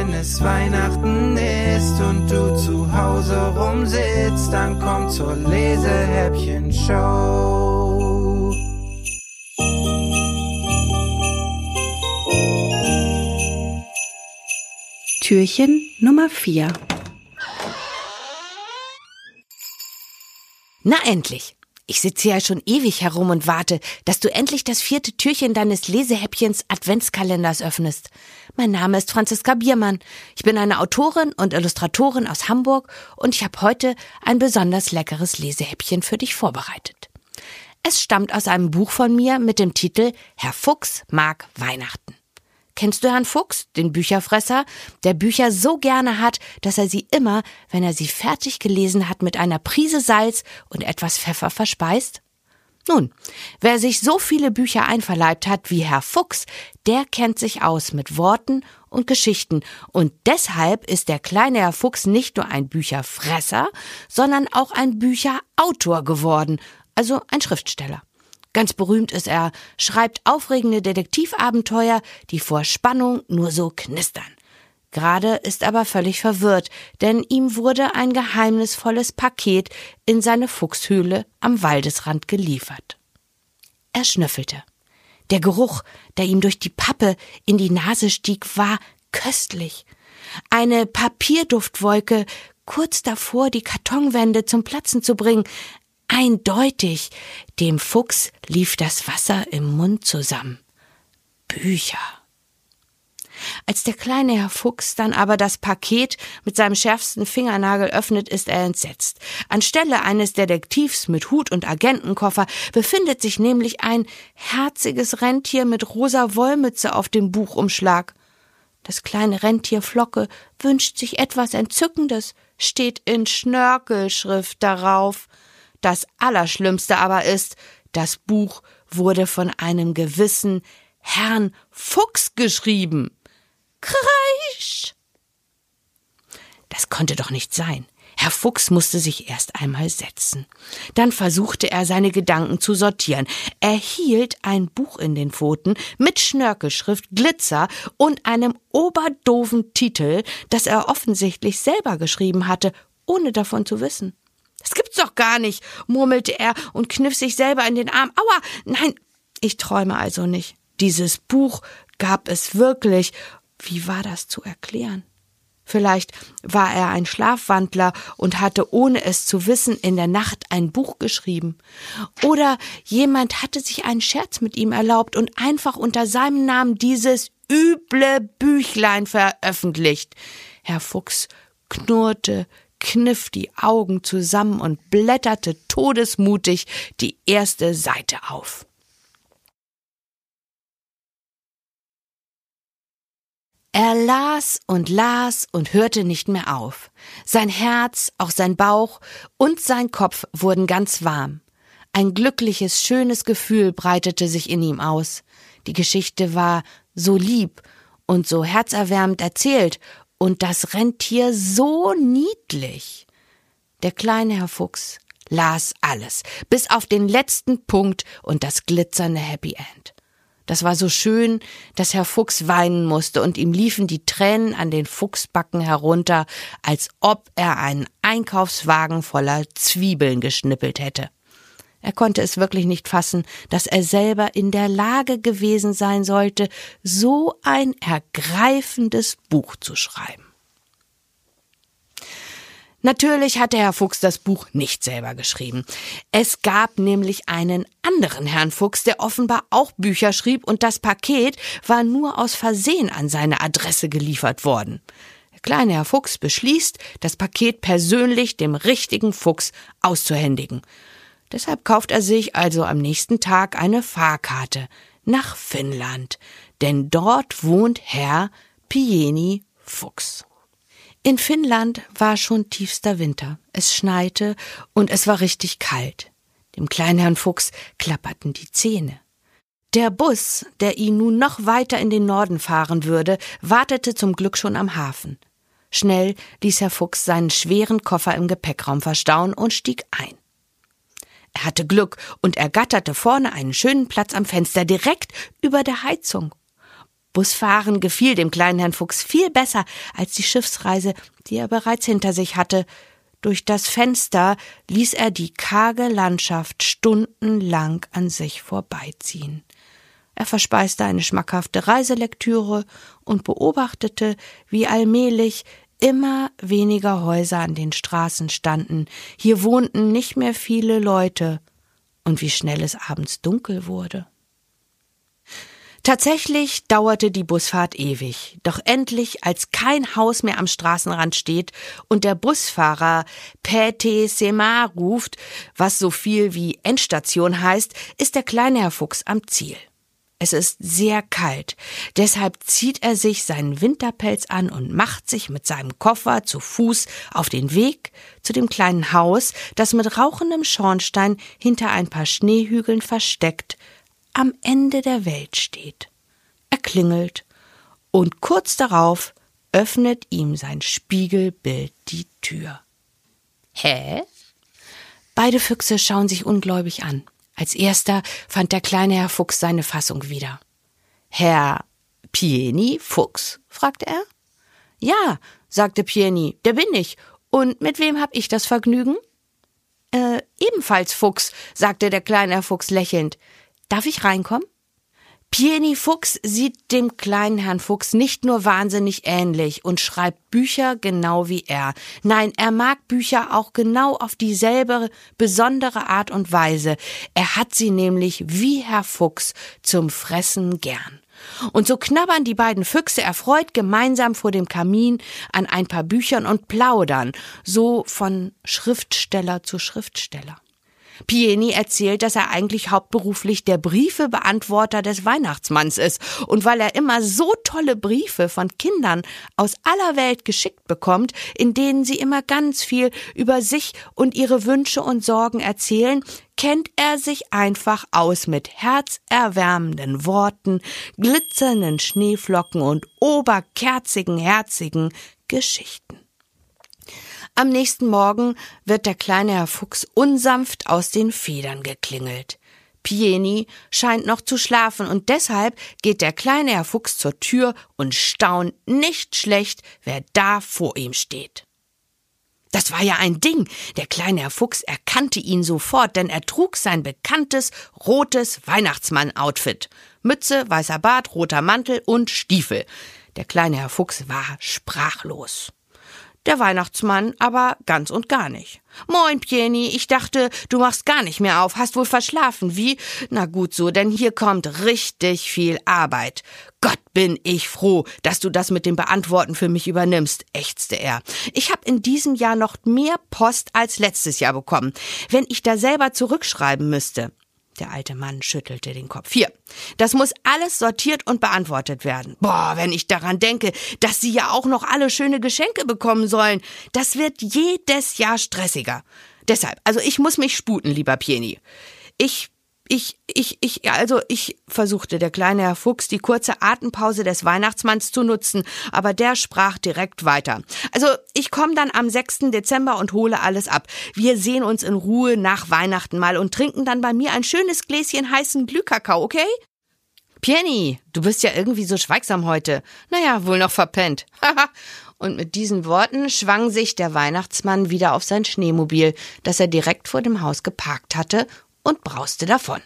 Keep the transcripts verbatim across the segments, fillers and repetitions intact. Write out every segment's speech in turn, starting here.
wenn es Weihnachten ist und du zu Hause rumsitzt, dann komm zur Lesehäppchen-Show. Türchen Nummer vier. Na endlich! Ich sitze ja schon ewig herum und warte, dass du endlich das vierte Türchen deines Lesehäppchens Adventskalenders öffnest. Mein Name ist Franziska Biermann. Ich bin eine Autorin und Illustratorin aus Hamburg und ich habe heute ein besonders leckeres Lesehäppchen für dich vorbereitet. Es stammt aus einem Buch von mir mit dem Titel Herr Fuchs mag Weihnachten. Kennst du Herrn Fuchs, den Bücherfresser, der Bücher so gerne hat, dass er sie immer, wenn er sie fertig gelesen hat, mit einer Prise Salz und etwas Pfeffer verspeist? Nun, wer sich so viele Bücher einverleibt hat wie Herr Fuchs, der kennt sich aus mit Worten und Geschichten. Und deshalb ist der kleine Herr Fuchs nicht nur ein Bücherfresser, sondern auch ein Bücherautor geworden, also ein Schriftsteller. Ganz berühmt ist er, schreibt aufregende Detektivabenteuer, die vor Spannung nur so knistern. Gerade ist aber völlig verwirrt, denn ihm wurde ein geheimnisvolles Paket in seine Fuchshöhle am Waldesrand geliefert. Er schnüffelte. Der Geruch, der ihm durch die Pappe in die Nase stieg, war köstlich. Eine Papierduftwolke, kurz davor, die Kartonwände zum Platzen zu bringen. Eindeutig, dem Fuchs lief das Wasser im Mund zusammen. Bücher. Als der kleine Herr Fuchs dann aber das Paket mit seinem schärfsten Fingernagel öffnet, ist er entsetzt. Anstelle eines Detektivs mit Hut und Agentenkoffer befindet sich nämlich ein herziges Rentier mit rosa Wollmütze auf dem Buchumschlag. Das kleine Rentier Flocke wünscht sich etwas Entzückendes, steht in Schnörkelschrift darauf. Das Allerschlimmste aber ist, das Buch wurde von einem gewissen Herrn Fuchs geschrieben. Kreisch! Das konnte doch nicht sein. Herr Fuchs musste sich erst einmal setzen. Dann versuchte er, seine Gedanken zu sortieren. Er hielt ein Buch in den Pfoten mit Schnörkelschrift, Glitzer und einem oberdoofen Titel, das er offensichtlich selber geschrieben hatte, ohne davon zu wissen. Das gibt's doch gar nicht, murmelte er und kniff sich selber in den Arm. Aua, nein, ich träume also nicht. Dieses Buch gab es wirklich. Wie war das zu erklären? Vielleicht war er ein Schlafwandler und hatte, ohne es zu wissen, in der Nacht ein Buch geschrieben. Oder jemand hatte sich einen Scherz mit ihm erlaubt und einfach unter seinem Namen dieses üble Büchlein veröffentlicht. Herr Fuchs knurrte, kniff die Augen zusammen und blätterte todesmutig die erste Seite auf. Er las und las und hörte nicht mehr auf. Sein Herz, auch sein Bauch und sein Kopf wurden ganz warm. Ein glückliches, schönes Gefühl breitete sich in ihm aus. Die Geschichte war so lieb und so herzerwärmend erzählt und das Rentier so niedlich. Der kleine Herr Fuchs las alles, bis auf den letzten Punkt und das glitzernde Happy End. Das war so schön, dass Herr Fuchs weinen musste und ihm liefen die Tränen an den Fuchsbacken herunter, als ob er einen Einkaufswagen voller Zwiebeln geschnippelt hätte. Er konnte es wirklich nicht fassen, dass er selber in der Lage gewesen sein sollte, so ein ergreifendes Buch zu schreiben. Natürlich hatte Herr Fuchs das Buch nicht selber geschrieben. Es gab nämlich einen anderen Herrn Fuchs, der offenbar auch Bücher schrieb, und das Paket war nur aus Versehen an seine Adresse geliefert worden. Der kleine Herr Fuchs beschließt, das Paket persönlich dem richtigen Fuchs auszuhändigen. Deshalb kauft er sich also am nächsten Tag eine Fahrkarte nach Finnland, denn dort wohnt Herr Pieni Fuchs. In Finnland war schon tiefster Winter. Es schneite und es war richtig kalt. Dem kleinen Herrn Fuchs klapperten die Zähne. Der Bus, der ihn nun noch weiter in den Norden fahren würde, wartete zum Glück schon am Hafen. Schnell ließ Herr Fuchs seinen schweren Koffer im Gepäckraum verstauen und stieg ein. Er hatte Glück und ergatterte vorne einen schönen Platz am Fenster, direkt über der Heizung. Busfahren gefiel dem kleinen Herrn Fuchs viel besser als die Schiffsreise, die er bereits hinter sich hatte. Durch das Fenster ließ er die karge Landschaft stundenlang an sich vorbeiziehen. Er verspeiste eine schmackhafte Reiselektüre und beobachtete, wie allmählich immer weniger Häuser an den Straßen standen. Hier wohnten nicht mehr viele Leute. Und wie schnell es abends dunkel wurde. Tatsächlich dauerte die Busfahrt ewig, doch endlich, als kein Haus mehr am Straßenrand steht und der Busfahrer Päte Sema ruft, was so viel wie Endstation heißt, ist der kleine Herr Fuchs am Ziel. Es ist sehr kalt, deshalb zieht er sich seinen Winterpelz an und macht sich mit seinem Koffer zu Fuß auf den Weg zu dem kleinen Haus, das mit rauchendem Schornstein hinter ein paar Schneehügeln versteckt am Ende der Welt steht. Er klingelt und kurz darauf öffnet ihm sein Spiegelbild die Tür. Hä? Beide Füchse schauen sich ungläubig an. Als erster fand der kleine Herr Fuchs seine Fassung wieder. »Herr Pieni Fuchs?« fragte er. »Ja«, sagte Pieni, »der bin ich. Und mit wem hab ich das Vergnügen?« »Äh, ebenfalls Fuchs«, sagte der kleine Herr Fuchs lächelnd. »Darf ich reinkommen?« Pieni Fuchs sieht dem kleinen Herrn Fuchs nicht nur wahnsinnig ähnlich und schreibt Bücher genau wie er. Nein, er mag Bücher auch genau auf dieselbe besondere Art und Weise. Er hat sie nämlich wie Herr Fuchs zum Fressen gern. Und so knabbern die beiden Füchse erfreut gemeinsam vor dem Kamin an ein paar Büchern und plaudern, so von Schriftsteller zu Schriftsteller. Pieni erzählt, dass er eigentlich hauptberuflich der Briefebeantworter des Weihnachtsmanns ist. Und weil er immer so tolle Briefe von Kindern aus aller Welt geschickt bekommt, in denen sie immer ganz viel über sich und ihre Wünsche und Sorgen erzählen, kennt er sich einfach aus mit herzerwärmenden Worten, glitzernden Schneeflocken und oberkerzigen, herzigen Geschichten. Am nächsten Morgen wird der kleine Herr Fuchs unsanft aus den Federn geklingelt. Pieni scheint noch zu schlafen und deshalb geht der kleine Herr Fuchs zur Tür und staunt nicht schlecht, wer da vor ihm steht. Das war ja ein Ding. Der kleine Herr Fuchs erkannte ihn sofort, denn er trug sein bekanntes rotes Weihnachtsmann-Outfit. Mütze, weißer Bart, roter Mantel und Stiefel. Der kleine Herr Fuchs war sprachlos. Der Weihnachtsmann aber ganz und gar nicht. »Moin, Pieni, ich dachte, du machst gar nicht mehr auf. Hast wohl verschlafen, wie? Na gut so, denn hier kommt richtig viel Arbeit. Gott, bin ich froh, dass du das mit dem Beantworten für mich übernimmst«, ächzte er. »Ich habe in diesem Jahr noch mehr Post als letztes Jahr bekommen. Wenn ich da selber zurückschreiben müsste.« Der alte Mann schüttelte den Kopf. »Hier, das muss alles sortiert und beantwortet werden. Boah, wenn ich daran denke, dass Sie ja auch noch alle schöne Geschenke bekommen sollen. Das wird jedes Jahr stressiger. Deshalb, also ich muss mich sputen, lieber Pieni. Ich, ich, ich, ich, also ich«, versuchte der kleine Herr Fuchs, die kurze Atempause des Weihnachtsmanns zu nutzen, aber der sprach direkt weiter. »Also ich komme dann am sechsten Dezember und hole alles ab. Wir sehen uns in Ruhe nach Weihnachten mal und trinken dann bei mir ein schönes Gläschen heißen Glühkakao, okay?« »Pieni, du bist ja irgendwie so schweigsam heute. Naja, wohl noch verpennt. Haha.« Und mit diesen Worten schwang sich der Weihnachtsmann wieder auf sein Schneemobil, das er direkt vor dem Haus geparkt hatte, und brauste davon.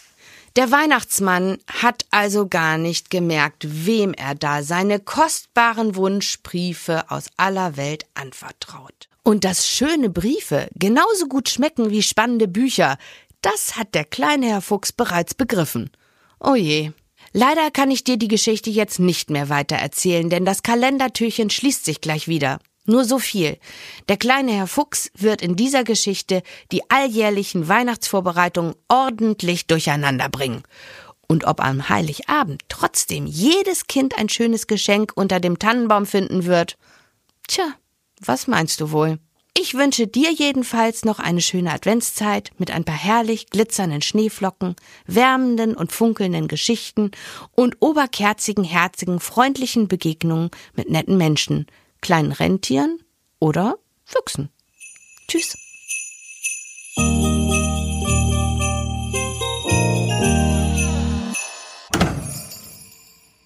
Der Weihnachtsmann hat also gar nicht gemerkt, wem er da seine kostbaren Wunschbriefe aus aller Welt anvertraut. Und dass schöne Briefe genauso gut schmecken wie spannende Bücher, das hat der kleine Herr Fuchs bereits begriffen. Oh je. Leider kann ich dir die Geschichte jetzt nicht mehr weiter erzählen, denn das Kalendertürchen schließt sich gleich wieder. Nur so viel. Der kleine Herr Fuchs wird in dieser Geschichte die alljährlichen Weihnachtsvorbereitungen ordentlich durcheinander bringen. Und ob am Heiligabend trotzdem jedes Kind ein schönes Geschenk unter dem Tannenbaum finden wird? Tja, was meinst du wohl? Ich wünsche dir jedenfalls noch eine schöne Adventszeit mit ein paar herrlich glitzernden Schneeflocken, wärmenden und funkelnden Geschichten und oberkerzigen, herzigen, freundlichen Begegnungen mit netten Menschen, kleinen Rentieren oder Füchsen. Tschüss.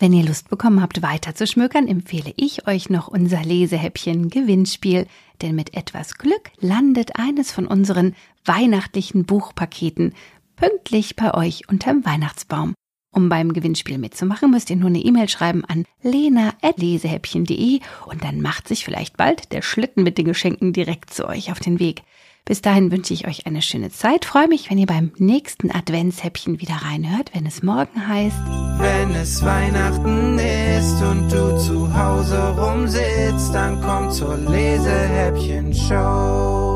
Wenn ihr Lust bekommen habt, weiter zu schmökern, empfehle ich euch noch unser Lesehäppchen-Gewinnspiel. Denn mit etwas Glück landet eines von unseren weihnachtlichen Buchpaketen pünktlich bei euch unterm Weihnachtsbaum. Um beim Gewinnspiel mitzumachen, müsst ihr nur eine E-Mail schreiben an lena at lesehäppchen punkt de und dann macht sich vielleicht bald der Schlitten mit den Geschenken direkt zu euch auf den Weg. Bis dahin wünsche ich euch eine schöne Zeit. Freue mich, wenn ihr beim nächsten Adventshäppchen wieder reinhört, wenn es morgen heißt: Wenn es Weihnachten ist und du zu Hause rumsitzt, dann komm zur Lesehäppchen-Show.